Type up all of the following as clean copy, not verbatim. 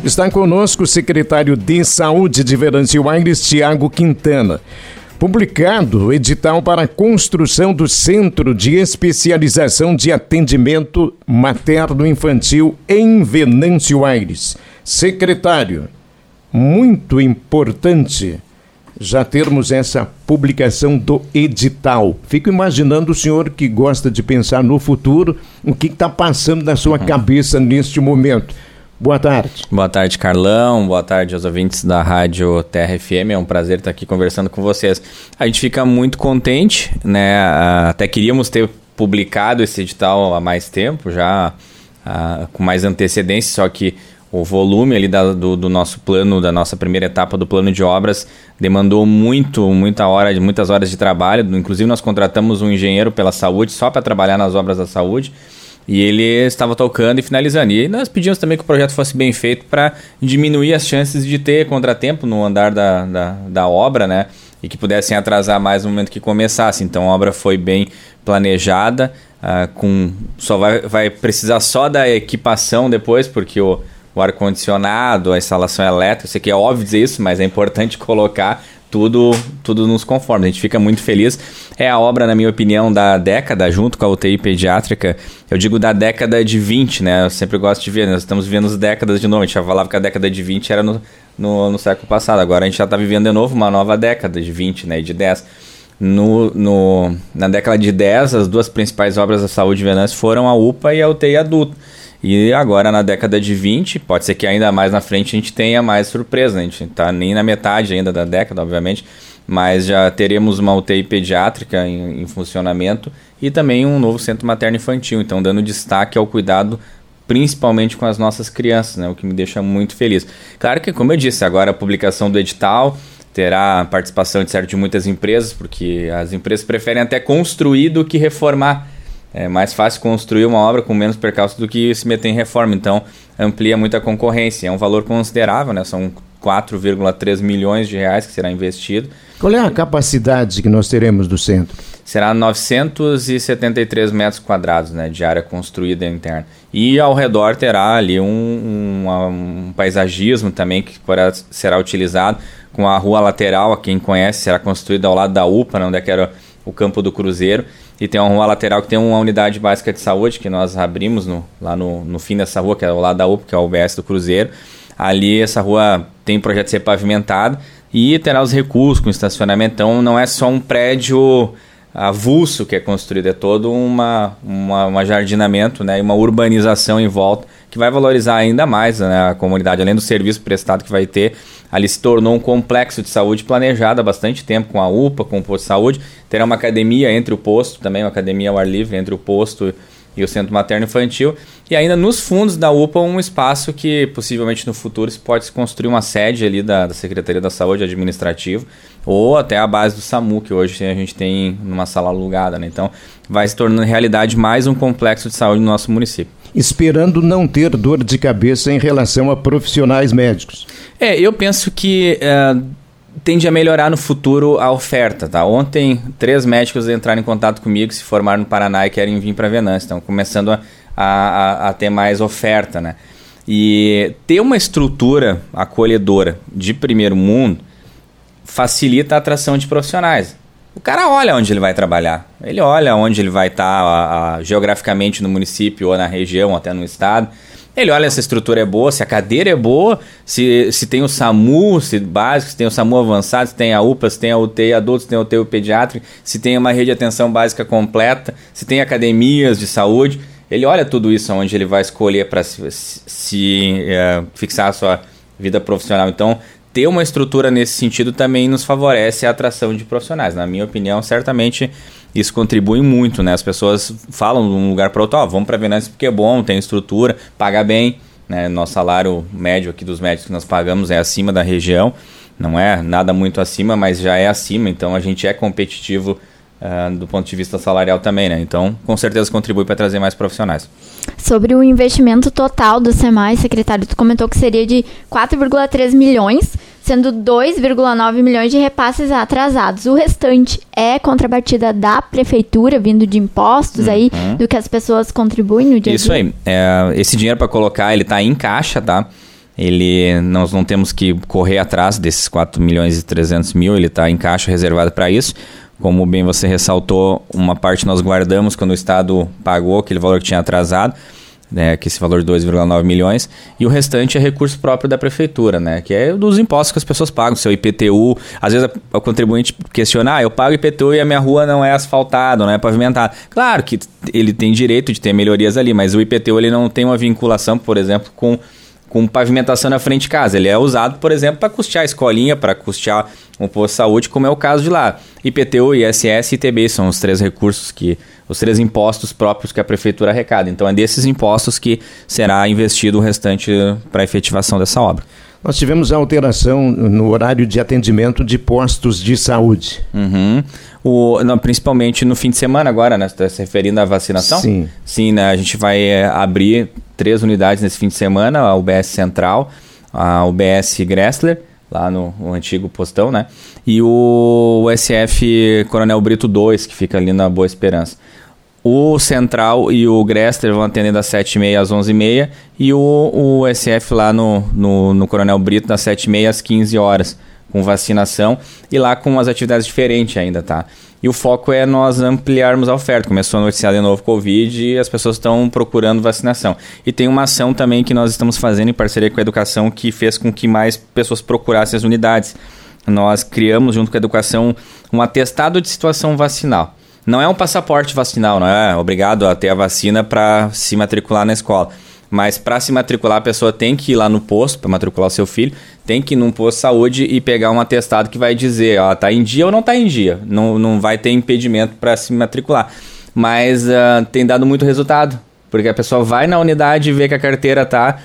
Está conosco o secretário de Saúde de Venâncio Aires, Tiago Quintana. Publicado o edital para a construção do Centro de Especialização de Atendimento Materno-Infantil em Venâncio Aires. Secretário, muito importante já termos essa publicação do edital. Fico imaginando o senhor que gosta de pensar no futuro, o que está passando na sua cabeça neste momento. Boa tarde. Boa tarde, Carlão. Boa tarde aos ouvintes da Rádio Terra FM. É um prazer estar aqui conversando com vocês. A gente fica muito contente, né? Até queríamos ter publicado esse edital há mais tempo, já com mais antecedência, só que o volume ali do nosso plano, da nossa primeira etapa do plano de obras, demandou muitas horas de trabalho. Inclusive, nós contratamos um engenheiro pela saúde só para trabalhar nas obras da saúde. E ele estava tocando e finalizando. E nós pedimos também que o projeto fosse bem feito para diminuir as chances de ter contratempo no andar da obra, né? E que pudessem atrasar mais no momento que começasse. Então a obra foi bem planejada, só vai precisar só da equipação depois, porque o ar-condicionado, a instalação elétrica, eu sei que é óbvio dizer isso, mas é importante colocar tudo nos conformes. A gente fica muito feliz. É a obra, na minha opinião, da década, junto com a UTI pediátrica. Eu digo da década de 20, né? Eu sempre gosto de ver, nós estamos vivendo as décadas de novo. A gente já falava que a década de 20 era no século passado. Agora a gente já está vivendo de novo uma nova década de 20, né? E de 10. Na década de 10, as duas principais obras da saúde de Venâncio foram a UPA e a UTI adulto. E agora, na década de 20, pode ser que ainda mais na frente a gente tenha mais surpresa, né? A gente não está nem na metade ainda da década, obviamente, mas já teremos uma UTI pediátrica em funcionamento e também um novo centro materno-infantil, então dando destaque ao cuidado principalmente com as nossas crianças, né? O que me deixa muito feliz. Claro que, como eu disse, agora a publicação do edital terá a participação de muitas empresas, porque as empresas preferem até construir do que reformar. É mais fácil construir uma obra com menos percalço do que se meter em reforma, então amplia muito a concorrência. É um valor considerável, né? São 4,3 milhões de reais que será investido. Qual é a capacidade que nós teremos do centro? Será 973 metros quadrados, né, de área construída interna. E ao redor terá ali um paisagismo também que será utilizado, com a rua lateral, a quem conhece, será construída ao lado da UPA, onde é que era o campo do Cruzeiro. E tem uma rua lateral que tem uma unidade básica de saúde que nós abrimos lá no fim dessa rua, que é ao lado da UPA, que é o UBS do Cruzeiro. Ali essa rua tem projeto de ser pavimentada e terá os recursos com estacionamento. Então não é só um prédio avulso que é construído, é todo um jardinamento, né, e uma urbanização em volta que vai valorizar ainda mais, né, a comunidade. Além do serviço prestado que vai ter, ali se tornou um complexo de saúde planejado há bastante tempo com a UPA, com o posto de saúde. Terá uma academia entre o posto, também uma academia ao ar livre entre o posto e o centro materno-infantil. E ainda nos fundos da UPA um espaço que possivelmente no futuro se pode construir uma sede ali da Secretaria da Saúde Administrativo ou até a base do SAMU, que hoje a gente tem numa sala alugada, né? Então vai se tornando realidade mais um complexo de saúde no nosso município. Esperando não ter dor de cabeça em relação a profissionais médicos. Eu penso que tende a melhorar no futuro a oferta, tá? Ontem 3 médicos entraram em contato comigo, se formaram no Paraná e querem vir para Venâncio, estão começando a ter mais oferta, né? E ter uma estrutura acolhedora de primeiro mundo facilita a atração de profissionais. O cara olha onde ele vai trabalhar, ele olha onde ele vai estar geograficamente no município ou na região, ou até no estado. Ele olha se a estrutura é boa, se a cadeira é boa, se tem o SAMU básico, se tem o SAMU avançado, se tem a UPA, se tem a UTI adultos, se tem a UTI pediátrica, se tem uma rede de atenção básica completa, se tem academias de saúde. Ele olha tudo isso onde ele vai escolher para fixar a sua vida profissional. Então, ter uma estrutura nesse sentido também nos favorece a atração de profissionais. Na minha opinião, certamente isso contribui muito, né? As pessoas falam de um lugar para outro, vamos para Venâncio porque é bom, tem estrutura, paga bem, né? Nosso salário médio aqui dos médicos que nós pagamos é acima da região, não é nada muito acima, mas já é acima, então a gente é competitivo do ponto de vista salarial também, né? Então, com certeza contribui para trazer mais profissionais. Sobre o investimento total do SEMAI, secretário, tu comentou que seria de 4,3 milhões, sendo 2,9 milhões de repasses atrasados. O restante é contrapartida da prefeitura, vindo de impostos aí, do que as pessoas contribuem no dia a dia? Isso aí. Esse dinheiro para colocar, ele está em caixa, tá? Nós não temos que correr atrás desses 4.300.000, ele está em caixa reservado para isso. Como bem você ressaltou, uma parte nós guardamos quando o Estado pagou aquele valor que tinha atrasado, né, que esse valor de 2,9 milhões, e o restante é recurso próprio da Prefeitura, né, que é dos impostos que as pessoas pagam, seu IPTU. Às vezes o contribuinte questiona, eu pago IPTU e a minha rua não é asfaltada, não é pavimentada. Claro que ele tem direito de ter melhorias ali, mas o IPTU ele não tem uma vinculação, por exemplo, com pavimentação na frente de casa. Ele é usado, por exemplo, para custear a escolinha, para custear um posto de saúde, como é o caso de lá. IPTU, ISS e ITB são os 3 recursos os 3 impostos próprios que a Prefeitura arrecada. Então é desses impostos que será investido o restante para a efetivação dessa obra. Nós tivemos a alteração no horário de atendimento de postos de saúde. Principalmente no fim de semana agora, né? Você está se referindo à vacinação? Sim. Sim, né? A gente vai abrir 3 unidades nesse fim de semana, a UBS Central, a UBS Gressler, lá no antigo postão, né? E o SF Coronel Brito 2, que fica ali na Boa Esperança. O Central e o Gressler vão atender das 7h30 às 11h30 e o SF lá no Coronel Brito das 7h30 às 15 horas, com vacinação e lá com as atividades diferentes ainda, tá? E o foco é nós ampliarmos a oferta. Começou a noticiar de novo Covid e as pessoas estão procurando vacinação. E tem uma ação também que nós estamos fazendo em parceria com a Educação que fez com que mais pessoas procurassem as unidades. Nós criamos, junto com a Educação, um atestado de situação vacinal. Não é um passaporte vacinal, não é obrigado a ter a vacina para se matricular na escola. Mas para se matricular, a pessoa tem que ir lá no posto, para matricular o seu filho, tem que ir num posto de saúde e pegar um atestado que vai dizer, ó, tá em dia ou não tá em dia. Não vai ter impedimento para se matricular. Mas tem dado muito resultado, porque a pessoa vai na unidade e vê que a carteira tá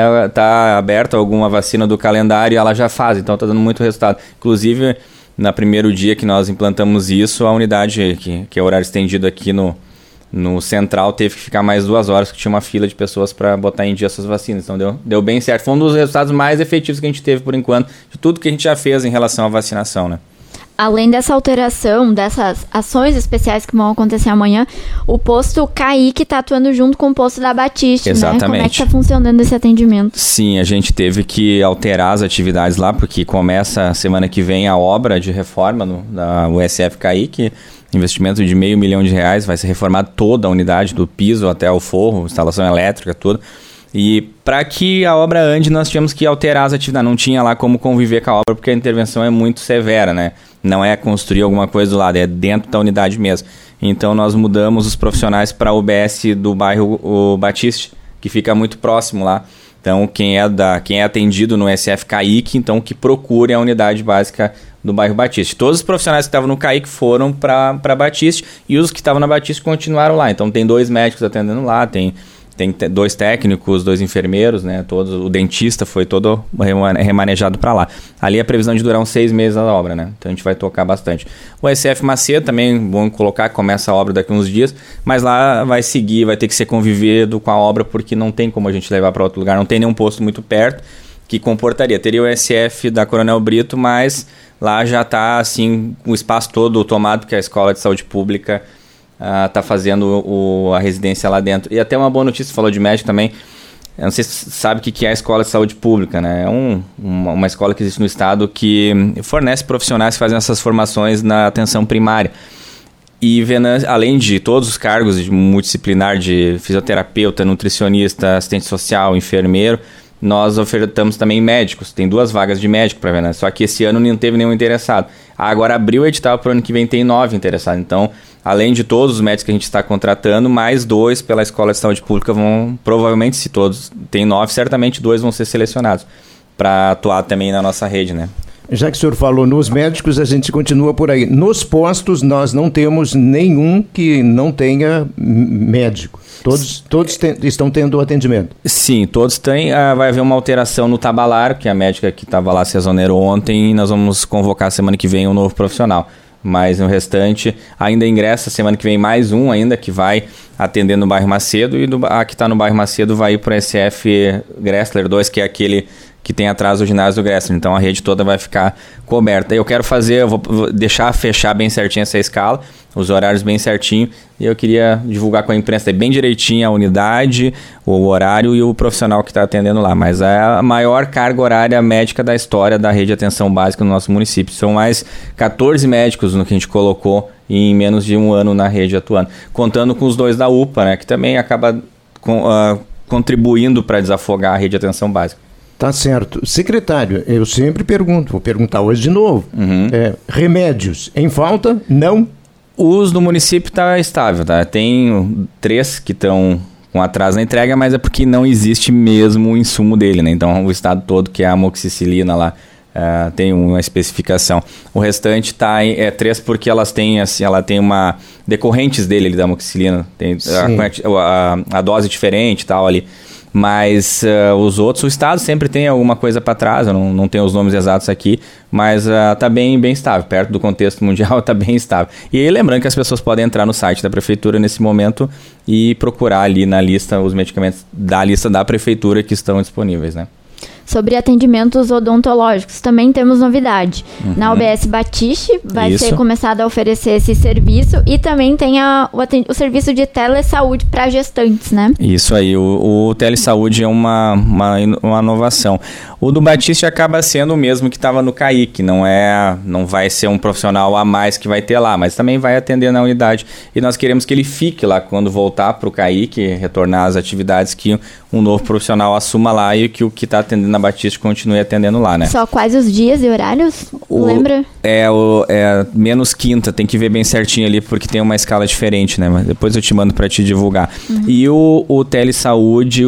aberta, alguma vacina do calendário e ela já faz. Então tá dando muito resultado. Inclusive, no primeiro dia que nós implantamos isso, a unidade, que é horário estendido aqui no Central, teve que ficar mais 2 horas, porque tinha uma fila de pessoas para botar em dia essas vacinas. Então deu bem certo. Foi um dos resultados mais efetivos que a gente teve por enquanto, de tudo que a gente já fez em relação à vacinação, né? Além dessa alteração, dessas ações especiais que vão acontecer amanhã, o posto Caique está atuando junto com o posto da Batiste, exatamente, né? Como é que está funcionando esse atendimento? Sim, a gente teve que alterar as atividades lá, porque começa semana que vem a obra de reforma da USF Caique, investimento de R$500 mil, vai ser reformada toda a unidade, do piso até o forro, instalação elétrica, tudo. E para que a obra ande, nós tivemos que alterar as atividades. Não tinha lá como conviver com a obra, porque a intervenção é muito severa, né? Não é construir alguma coisa do lado, é dentro da unidade mesmo. Então nós mudamos os profissionais para o UBS do bairro Batiste, que fica muito próximo lá. Então quem é atendido no SF Caique, então que procure a unidade básica do bairro Batiste. Todos os profissionais que estavam no Caique foram para Batiste e os que estavam na Batiste continuaram lá. Então tem 2 médicos atendendo lá, tem 2 técnicos, 2 enfermeiros, né? O dentista foi todo remanejado para lá. Ali a previsão de durar uns 6 meses a obra, né? Então a gente vai tocar bastante. O SF Macedo também, vamos colocar, começa a obra daqui uns dias, mas lá vai seguir, vai ter que ser convivido com a obra, porque não tem como a gente levar para outro lugar, não tem nenhum posto muito perto que comportaria. Teria o SF da Coronel Brito, mas lá já está assim, o espaço todo tomado, porque a Escola de Saúde Pública está fazendo a residência lá dentro. E até uma boa notícia, você falou de médico também. Eu não sei se você sabe o que é a Escola de Saúde Pública, né? É uma escola que existe no estado que fornece profissionais que fazem essas formações na atenção primária. E além de todos os cargos de multidisciplinar de fisioterapeuta, nutricionista, assistente social, enfermeiro, nós ofertamos também médicos. Tem 2 vagas de médico para ver, né? Só que esse ano não teve nenhum interessado. Agora abriu o edital para o ano que vem, tem 9 interessados. Então, além de todos os médicos que a gente está contratando, mais 2 pela Escola de Saúde Pública vão, provavelmente, se todos tem 9, certamente 2 vão ser selecionados para atuar também na nossa rede, né? Já que o senhor falou nos médicos, a gente continua por aí. Nos postos, nós não temos nenhum que não tenha médico. Todos estão tendo atendimento. Sim, todos têm. Vai haver uma alteração no Tabalar, que é a médica que estava lá se exonerou ontem, e nós vamos convocar semana que vem um novo profissional. Mas no restante, ainda ingressa semana que vem mais um ainda, que vai atender no bairro Macedo, e a que está no bairro Macedo vai ir para o SF Gressler 2, que é aquele que tem atrás do ginásio do Gressler. Então a rede toda vai ficar coberta. Eu vou deixar fechar bem certinho essa escala, os horários bem certinho, e eu queria divulgar com a imprensa bem direitinho a unidade, o horário e o profissional que está atendendo lá. Mas é a maior carga horária médica da história da rede de atenção básica no nosso município. São mais 14 médicos no que a gente colocou em menos de um ano na rede atuando. Contando com os 2 da UPA, né, que também acaba contribuindo para desafogar a rede de atenção básica. Tá certo. Secretário, eu sempre pergunto, vou perguntar hoje de novo. Remédios em falta? Não? O uso do município está estável, tá? Tem 3 que estão com atraso na entrega, mas é porque não existe mesmo o insumo dele, né? Então o estado todo, que é a amoxicilina lá, tem uma especificação. O restante tá em 3 porque elas têm, assim, ela tem uma decorrentes dele da amoxicilina, tem a dose diferente e tal ali. Mas os outros, o estado sempre tem alguma coisa para trás, eu não tenho os nomes exatos aqui, mas está bem estável, perto do contexto mundial está bem estável. E aí, lembrando que as pessoas podem entrar no site da prefeitura nesse momento e procurar ali na lista os medicamentos da lista da prefeitura que estão disponíveis, né? Sobre atendimentos odontológicos, também temos novidade. Na UBS Batiste vai ser começado a oferecer esse serviço e também tem o serviço de telesaúde para gestantes, né? Isso aí, o telesaúde é uma inovação. O do Batiste acaba sendo o mesmo que estava no CAIC, não vai ser um profissional a mais que vai ter lá, mas também vai atender na unidade. E nós queremos que ele fique lá quando voltar para o CAIC, retornar às atividades, que um novo profissional assuma lá e que o que está atendendo na Batiste continue atendendo lá, né? Só quais os dias e horários? Lembra? Menos quinta, tem que ver bem certinho ali, porque tem uma escala diferente, né? Mas depois eu te mando para te divulgar. E o telesaúde,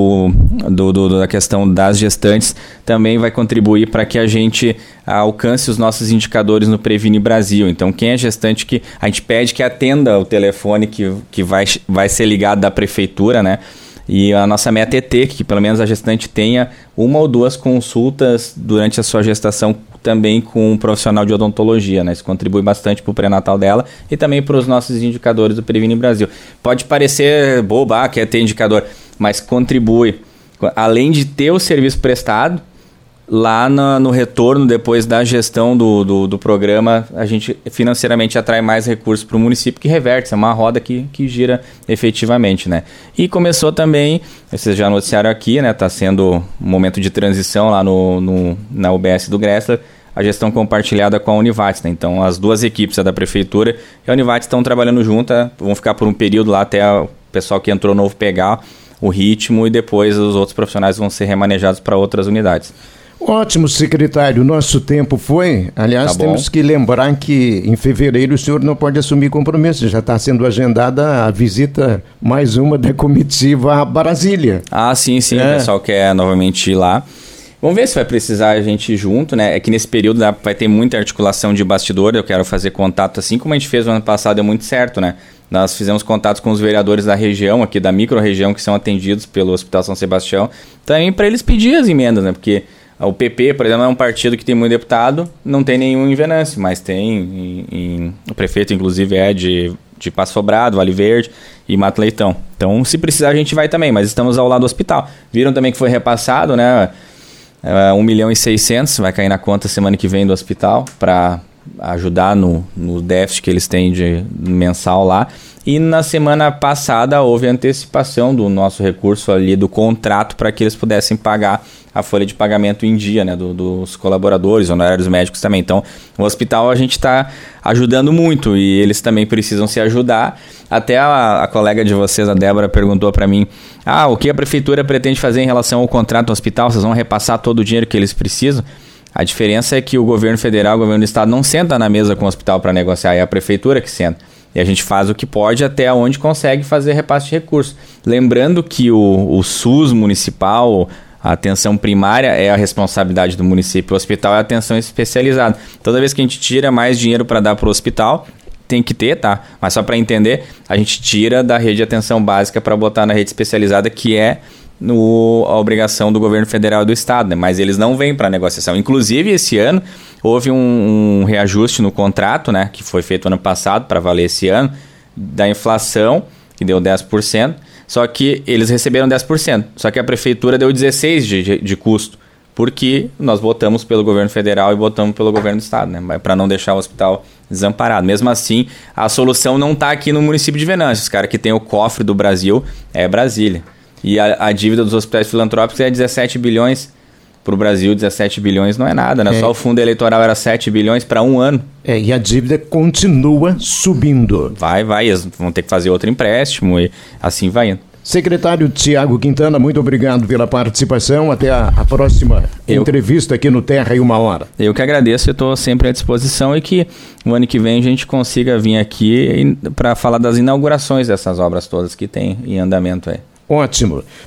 da questão das gestantes, também vai contribuir para que a gente alcance os nossos indicadores no Previne Brasil. Então, quem é gestante, que a gente pede que atenda o telefone que vai ser ligado da prefeitura, né? E a nossa meta é ter que pelo menos a gestante tenha 1 ou 2 consultas durante a sua gestação também com um profissional de odontologia, né? Isso contribui bastante para o pré-natal dela e também para os nossos indicadores do Previne Brasil. Pode parecer bobo, quer ter indicador, mas contribui. Além de ter o serviço prestado, lá no retorno, depois da gestão do programa, a gente financeiramente atrai mais recursos para o município, que reverte, é uma roda que gira efetivamente, né? E começou também, vocês já noticiaram aqui, né? Está sendo um momento de transição lá na UBS do Gressler, a gestão compartilhada com a Univates, né? Então as 2 equipes, a da prefeitura e a Univates, estão trabalhando juntas, vão ficar por um período lá até o pessoal que entrou novo pegar o ritmo, e depois os outros profissionais vão ser remanejados para outras unidades. Ótimo, secretário. Nosso tempo foi. Aliás, temos que lembrar que em fevereiro o senhor não pode assumir compromisso. Já está sendo agendada a visita, mais uma, da comitiva a Brasília. Sim. O pessoal quer novamente ir lá. Vamos ver se vai precisar a gente ir junto, né? É que nesse período vai ter muita articulação de bastidor. Eu quero fazer contato, assim como a gente fez no ano passado, deu muito certo, né? Nós fizemos contatos com os vereadores da região, aqui da micro-região, que são atendidos pelo Hospital São Sebastião, também para eles pedir as emendas, né? Porque o PP, por exemplo, é um partido que tem muito deputado, não tem nenhum em Venâncio, mas tem o prefeito, inclusive, é de Passo Sobrado, Vale Verde e Mato Leitão. Então, se precisar, a gente vai também, mas estamos ao lado do hospital. Viram também que foi repassado, né? 1.600.000 vai cair na conta semana que vem do hospital para ajudar no déficit que eles têm de mensal lá. E na semana passada houve antecipação do nosso recurso ali do contrato para que eles pudessem pagar a folha de pagamento em dia, né, dos colaboradores, honorários médicos também. Então, o hospital a gente está ajudando muito e eles também precisam se ajudar. Até a colega de vocês, a Débora, perguntou para mim, o que a prefeitura pretende fazer em relação ao contrato do hospital? Vocês vão repassar todo o dinheiro que eles precisam? A diferença é que o governo federal, o governo do estado não senta na mesa com o hospital para negociar, é a prefeitura que senta. E a gente faz o que pode até onde consegue fazer repasse de recursos. Lembrando que o SUS municipal, a atenção primária é a responsabilidade do município, o hospital é a atenção especializada. Toda vez que a gente tira mais dinheiro para dar para o hospital, tem que ter, tá? Mas só para entender, a gente tira da rede de atenção básica para botar na rede especializada, que é a obrigação do governo federal e do estado, né? Mas eles não vêm para negociação. Inclusive, esse ano, houve um reajuste no contrato, né? Que foi feito ano passado para valer esse ano, da inflação, que deu 10%, só que eles receberam 10%, só que a prefeitura deu 16% de custo, porque nós votamos pelo governo federal e votamos pelo governo do estado, né? Para não deixar o hospital desamparado. Mesmo assim, a solução não está aqui no município de Venâncio. Os caras que tem o cofre do Brasil é Brasília. E a dívida dos hospitais filantrópicos é 17 bilhões. Para o Brasil, 17 bilhões não é nada, né? Só o fundo eleitoral era 7 bilhões para um ano. E a dívida continua subindo. Vai, eles vão ter que fazer outro empréstimo e assim vai indo. Secretário Tiago Quintana, muito obrigado pela participação. Até a próxima entrevista aqui no Terra em Uma Hora. Eu que agradeço, eu estou sempre à disposição e que o ano que vem a gente consiga vir aqui para falar das inaugurações dessas obras todas que tem em andamento aí. Ótimo.